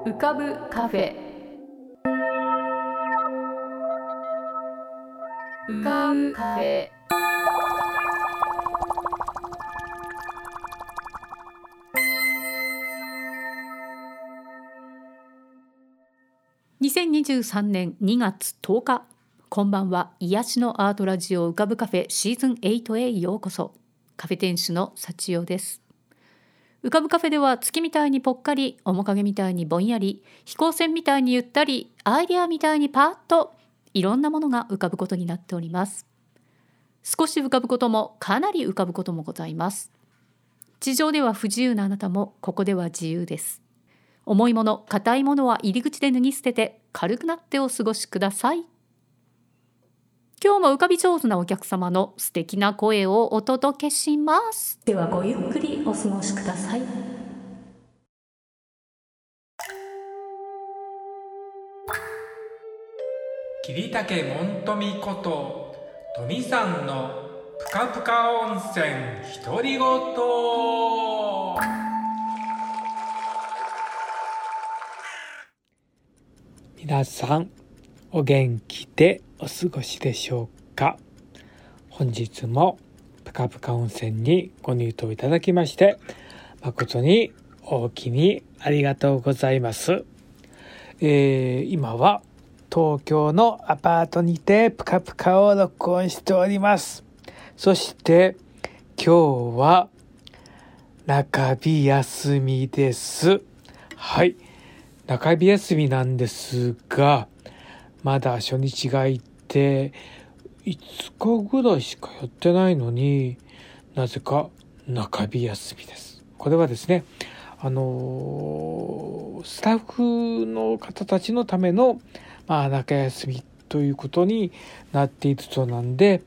浮かぶカフェ。浮かぶカフェ。2023年2月10日、こんばんは。癒しのアートラジオ浮かぶカフェシーズン8へようこそ。カフェ店主の幸代です。浮かぶカフェでは月みたいにぽっかり、面影みたいにぼんやり、飛行船みたいにゆったり、アイデアみたいにパーッと、いろんなものが浮かぶことになっております。少し浮かぶこともかなり浮かぶこともございます。地上では不自由なあなたもここでは自由です。重いもの、硬いものは入り口で脱ぎ捨てて軽くなってお過ごしください。今日も浮かび上手なお客様の素敵な声をお届けします。ではごゆっくりお過ごしください。 桐竹門富こと富さんのぷかぷか温泉独り言。皆さんお元気でお過ごしでしょうか。本日もぷかぷか温泉にご入湯いただきまして誠におおきにありがとうございます。今は東京のアパートにてぷかぷかを録音しております。そして今日は中日休みです。はい、中日休みなんですが、まだ初日が行って5日ぐらいしかやってないのに、なぜか中日休みです。これはですね、スタッフの方たちのための中休みということになっているそうなんで、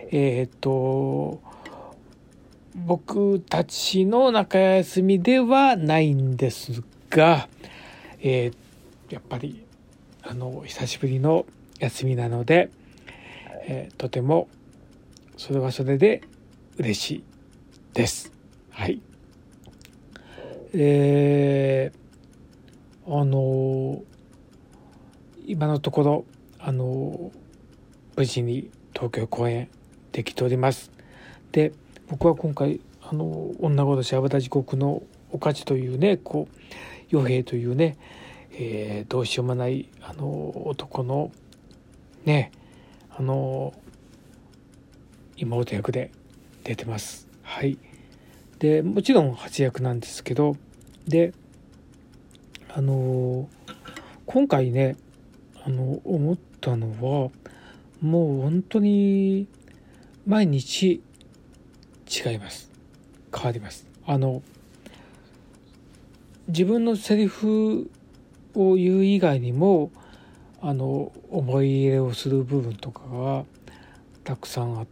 僕たちの中休みではないんですが、やっぱり久しぶりの休みなので、とてもそれはそれで嬉しいです。はい。今のところ無事に東京公演できております。で、僕は今回女殺し粟田地獄のおかちというね、与兵衛というね、どうしようもない男のね、妹役で出てます。はい。でもちろん初役なんですけど、で今回ね思ったのは、もう本当に毎日違います。変わります。自分のセリフを言う以外にも思い入れをする部分とかがたくさんあって、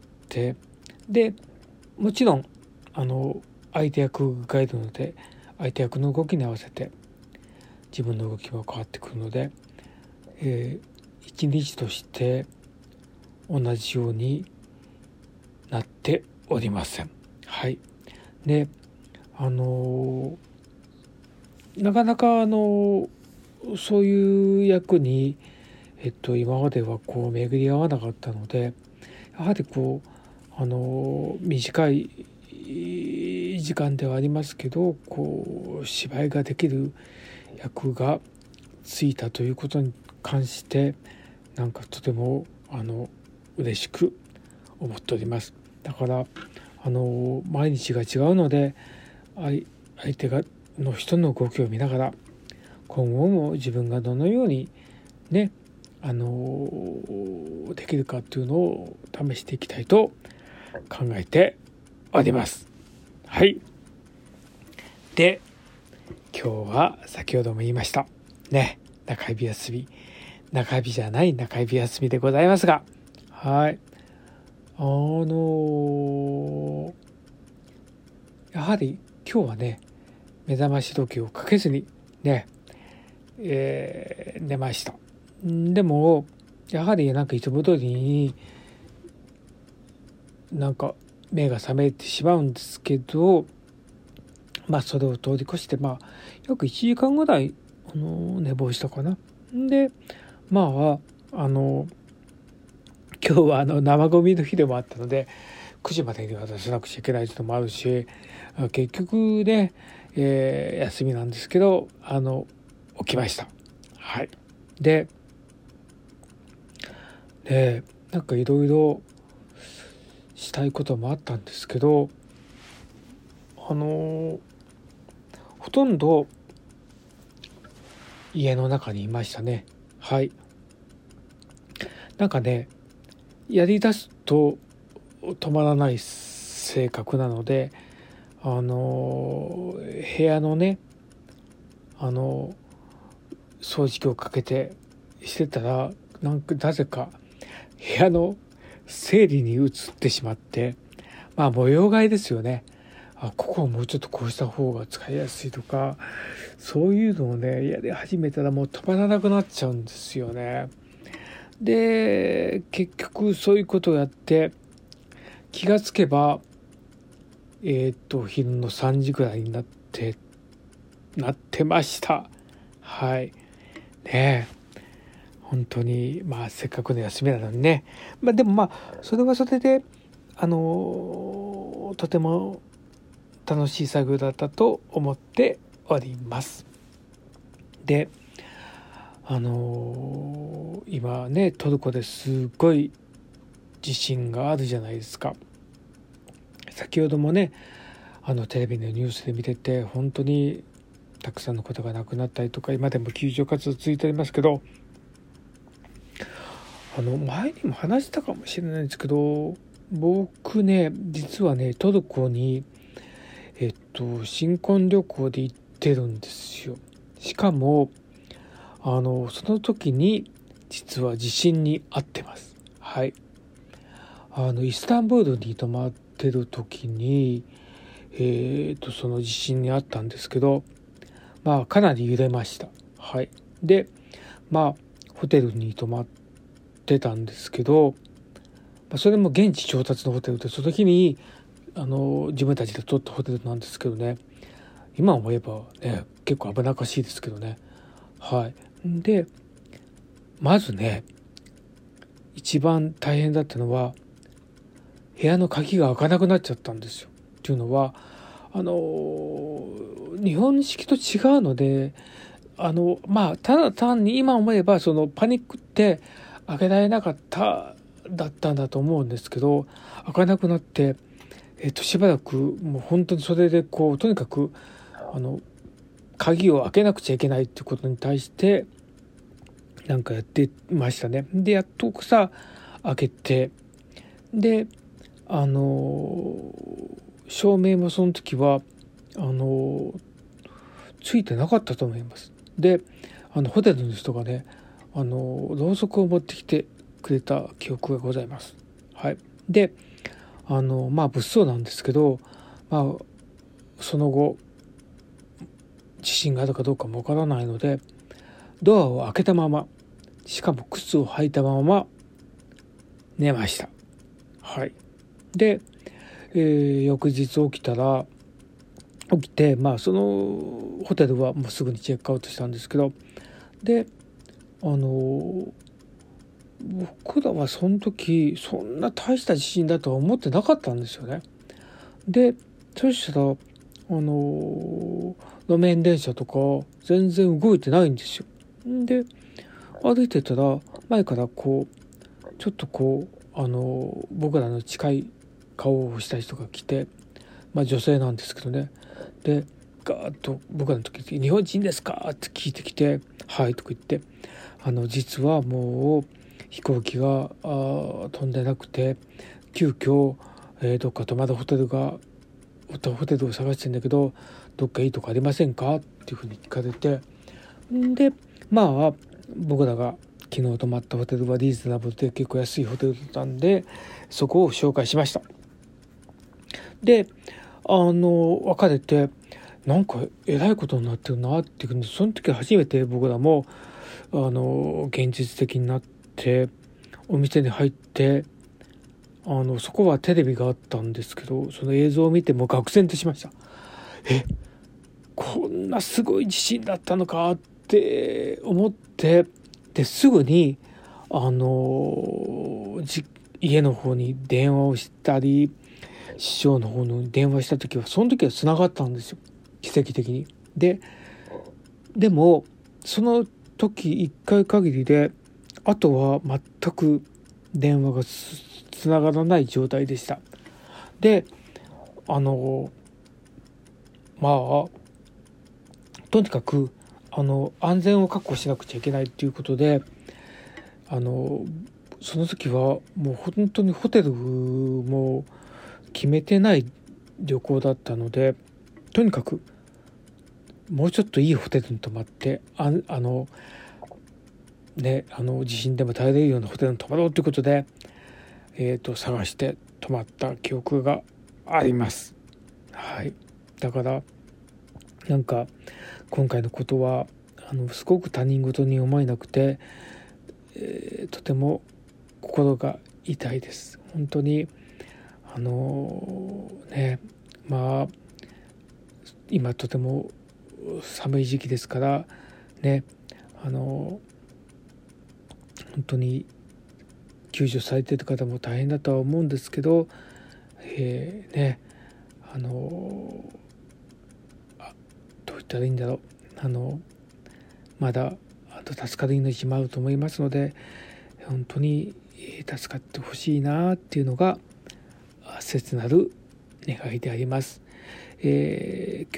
でもちろん相手役がいるので、相手役の動きに合わせて自分の動きも変わってくるので、一日として同じようになっておりません。はい。でなかなかそういう役に今までは巡り合わなかったので、やはり短い時間ではありますけど、芝居ができる役がついたということに関して、なんかとても嬉しく思っております。だから毎日が違うので、相手の人の動きを見ながら、今後も自分がどのようにねできるかっていうのを試していきたいと考えております。はい。で、今日は先ほども言いましたね、中日休み、中日じゃない中日休みでございますが、はい、やはり今日はね、目覚まし時計をかけずにね、寝ました。でもやはりいつも通りに目が覚めてしまうんですけど、それを通り越して約1時間ぐらい寝坊したかな。で今日は生ゴミの日でもあったので9時までには出さなくちゃいけないというのもあるし、結局ね、休みなんですけど起きました。はい。でなんかいろいろしたいこともあったんですけど、ほとんど家の中にいましたね。はい。なんかね、やりだすと止まらない性格なので、部屋のね掃除機をかけてしてたらなぜか部屋の整理に移ってしまって、模様替えですよね。ここをもうちょっとこうした方が使いやすいとか、そういうのをねやり始めたらもう止まらなくなっちゃうんですよね。で結局そういうことをやって気がつけば昼の3時ぐらいになってました。はいね。本当にせっかくの休みなのにね、でもそれはそれでとても楽しい作業だったと思っております。で今ねトルコですごい地震があるじゃないですか。先ほどもねテレビのニュースで見てて、本当にたくさんの方が亡くなったりとか、今でも救助活動続いておりますけど、前にも話したかもしれないんですけど、僕ね実はねトルコに新婚旅行で行ってるんですよ。しかもその時に実は地震に遭ってます。はい。イスタンブールに泊まってる時にその地震に遭ったんですけど、かなり揺れました。はい。でホテルに泊まってたんですけど、それも現地調達のホテルで、その日に自分たちで取ったホテルなんですけどね、今思えばね結構危なっかしいですけどね。はい。でまずね一番大変だったのは部屋の鍵が開かなくなっちゃったんですよ。っていうのは日本式と違うのでただ単に今思えばそのパニックって開けられなかっただったんだと思うんですけど、開かなくなってしばらくもう本当にそれでとにかく鍵を開けなくちゃいけないっていうことに対してやってましたね。でやっと開けて、で照明もその時はついてなかったと思います。でホテルの人がねろうそくを持ってきてくれた記憶がございます。はい。で物騒なんですけど、その後地震があるかどうかもわからないのでドアを開けたまま、しかも靴を履いたまま寝ました。はい。で、翌日起きてそのホテルはもうすぐにチェックアウトしたんですけど、で僕らはその時そんな大した地震だとは思ってなかったんですよね。でそしたら路面電車とか全然動いてないんですよ。で歩いてたら前からちょっと僕らの近い顔をした人が来て、女性なんですけどね。でガーッと僕らの時に「日本人ですか?」って聞いてきて「はい」とか言って、実はもう飛行機が飛んでなくて急遽、どっか泊まるホテルを探してるんだけど、どっかいいとこありませんかっていうふうに聞かれて、で僕らが昨日泊まったホテルはリーズナブルで結構安いホテルだったんで、そこを紹介しました。で別れてえらいことになってるなっていうふうに、その時初めて僕らも現実的になってお店に入って、そこはテレビがあったんですけど、その映像を見ても愕然としました。こんなすごい地震だったのかっって思って、ですぐに家の方に電話をしたり、師匠の方に電話した時はその時はつながったんですよ、奇跡的に。でもその時1回限りで、あとは全く電話がつながらない状態でした。でとにかく安全を確保しなくちゃいけないっていうことで、その時はもう本当にホテルも決めてない旅行だったので、とにかくもうちょっといいホテルに泊まって、地震でも耐えれるようなホテルに泊まろうということで、探して泊まった記憶があります。はい。だからなんか今回のことはすごく他人事に思えなくて、とても心が痛いです。本当に今とても寒い時期ですからね、本当に救助されている方も大変だとは思うんですけど、どう言ったらいいんだろう、まだ助かる命もあると思いますので、本当に助かってほしいなっていうのが切なる願いであります。今日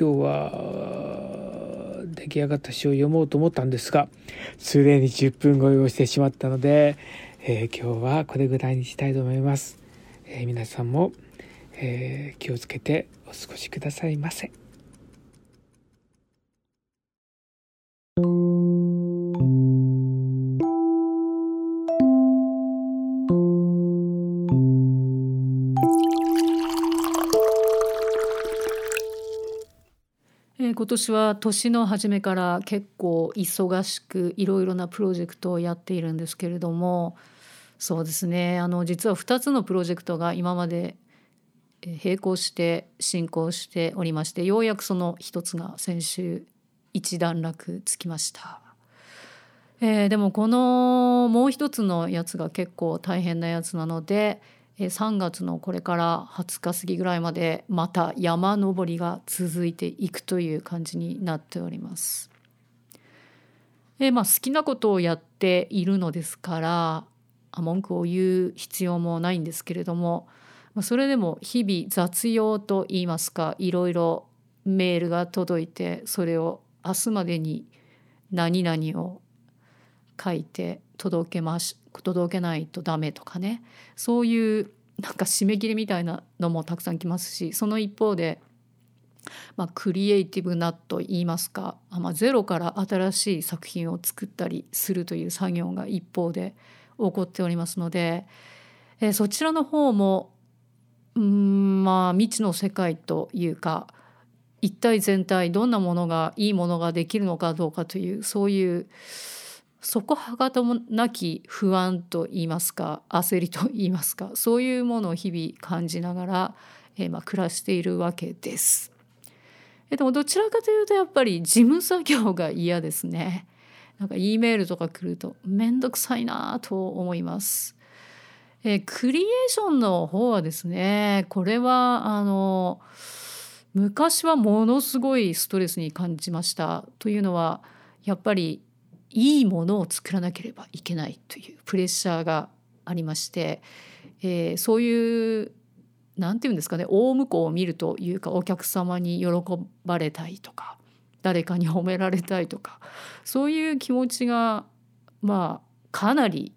は出来上がった詩を読もうと思ったんですが、すでに10分超えをしてしまったので、今日はこれぐらいにしたいと思います。皆さんも、気をつけてお過ごしくださいませ。 今年は年の初めから結構忙しくいろいろなプロジェクトをやっているんですけれども、そうですね、実は2つのプロジェクトが今まで並行して進行しておりまして、ようやくその一つが先週一段落つきました。でもこのもう一つのやつが結構大変なやつなので、3月のこれから20日過ぎぐらいまでまた山登りが続いていくという感じになっております。好きなことをやっているのですから文句を言う必要もないんですけれども、それでも日々雑用といいますか、いろいろメールが届いて、それを明日までに何々を書いて届けないとダメとかね、そういうなんか締め切りみたいなのもたくさん来ますし、その一方で、クリエイティブなと言いますか、ゼロから新しい作品を作ったりするという作業が一方で起こっておりますので、そちらの方も未知の世界というか、一体全体どんなものがいいものができるのかどうかという、そういうそこはかともなき不安と言いますか、焦りと言いますか、そういうものを日々感じながら、暮らしているわけです。でもどちらかというとやっぱり事務作業が嫌ですね。なんか E メールとか来るとめんどくさいなと思います。クリエーションの方はですね、これは昔はものすごいストレスに感じました。というのはやっぱりいいものを作らなければいけないというプレッシャーがありまして、そういうなんていうんですかね、大向こうを見るというか、お客様に喜ばれたいとか、誰かに褒められたいとか、そういう気持ちがかなり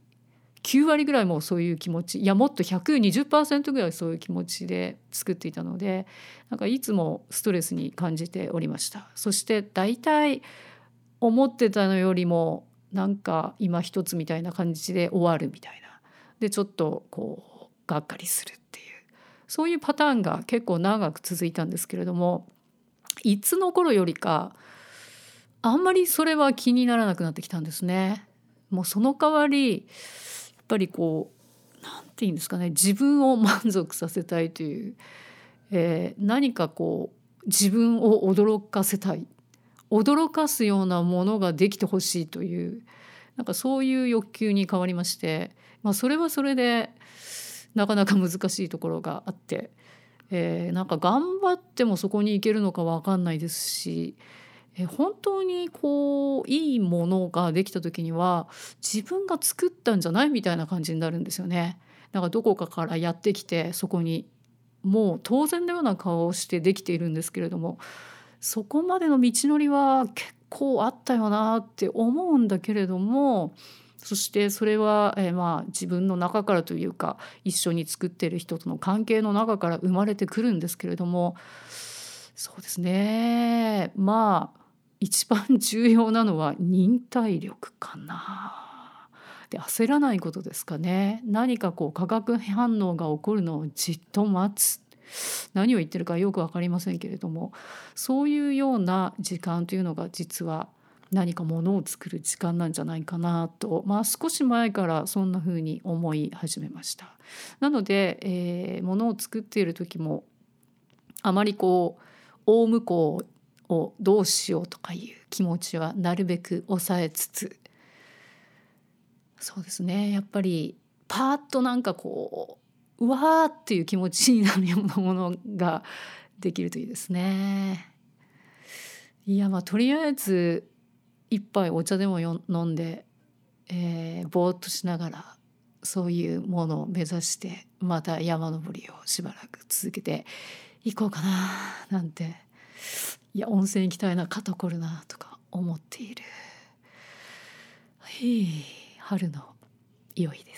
9割ぐらいもうそういう気持ち、いやもっと 120% ぐらいそういう気持ちで作っていたので、なんかいつもストレスに感じておりました。そして大体思ってたのよりもなんか今一つみたいな感じで終わるみたいな、でちょっとこうがっかりするっていう、そういうパターンが結構長く続いたんですけれども、いつの頃よりかあんまりそれは気にならなくなってきたんですね。もうその代わりやっぱりこうなんていうんですかね、自分を満足させたいという、何かこう自分を驚かせたい、 驚かすようなものができてほしいというなんかそういう欲求に変わりまして、それはそれでなかなか難しいところがあって、なんか頑張ってもそこに行けるのか分かんないですし、本当にこういいものができた時には自分が作ったんじゃないみたいな感じになるんですよね。なんかどこかからやってきてそこにもう当然のような顔をしてできているんですけれども、そこまでの道のりは結構あったよなって思うんだけれども、そしてそれは、自分の中からというか一緒に作っている人との関係の中から生まれてくるんですけれども、そうですね、一番重要なのは忍耐力かな。で、焦らないことですかね。何かこう化学反応が起こるのをじっと待つ。何を言ってるかよく分かりませんけれども、そういうような時間というのが実は何かものを作る時間なんじゃないかなと、少し前からそんな風に思い始めました。なので、ものを作っている時もあまりこう大向こうをどうしようとかいう気持ちはなるべく抑えつつ、そうですね、やっぱりパーッとなんかこううわーっていう気持ちになるようなものができるといいですね。いや、とりあえず一杯お茶でも飲んで、ぼーっとしながらそういうものを目指してまた山登りをしばらく続けていこうかななんて、いや温泉行きたいな、肩こるなとか思っている。春の良いです。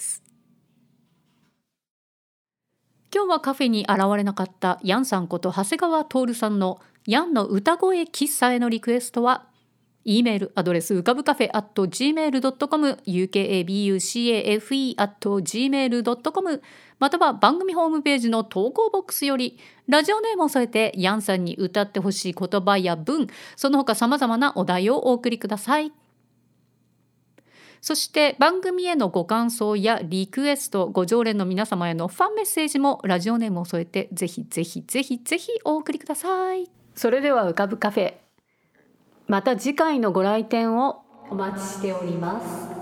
今日はカフェに現れなかったヤンさんこと長谷川徹さんのヤンの歌声喫茶へのリクエストは、E メールアドレスうかぶカフェ @gmail.com ukabucafe @gmail.com または番組ホームページの投稿ボックスよりラジオネームを添えてヤンさんに歌ってほしい言葉や文、その他さまざまなお題をお送りください。そして番組へのご感想やリクエスト、ご常連の皆様へのファンメッセージもラジオネームを添えてぜひぜひぜひぜひお送りください。それではうかぶカフェ、また次回のご来店をお待ちしております。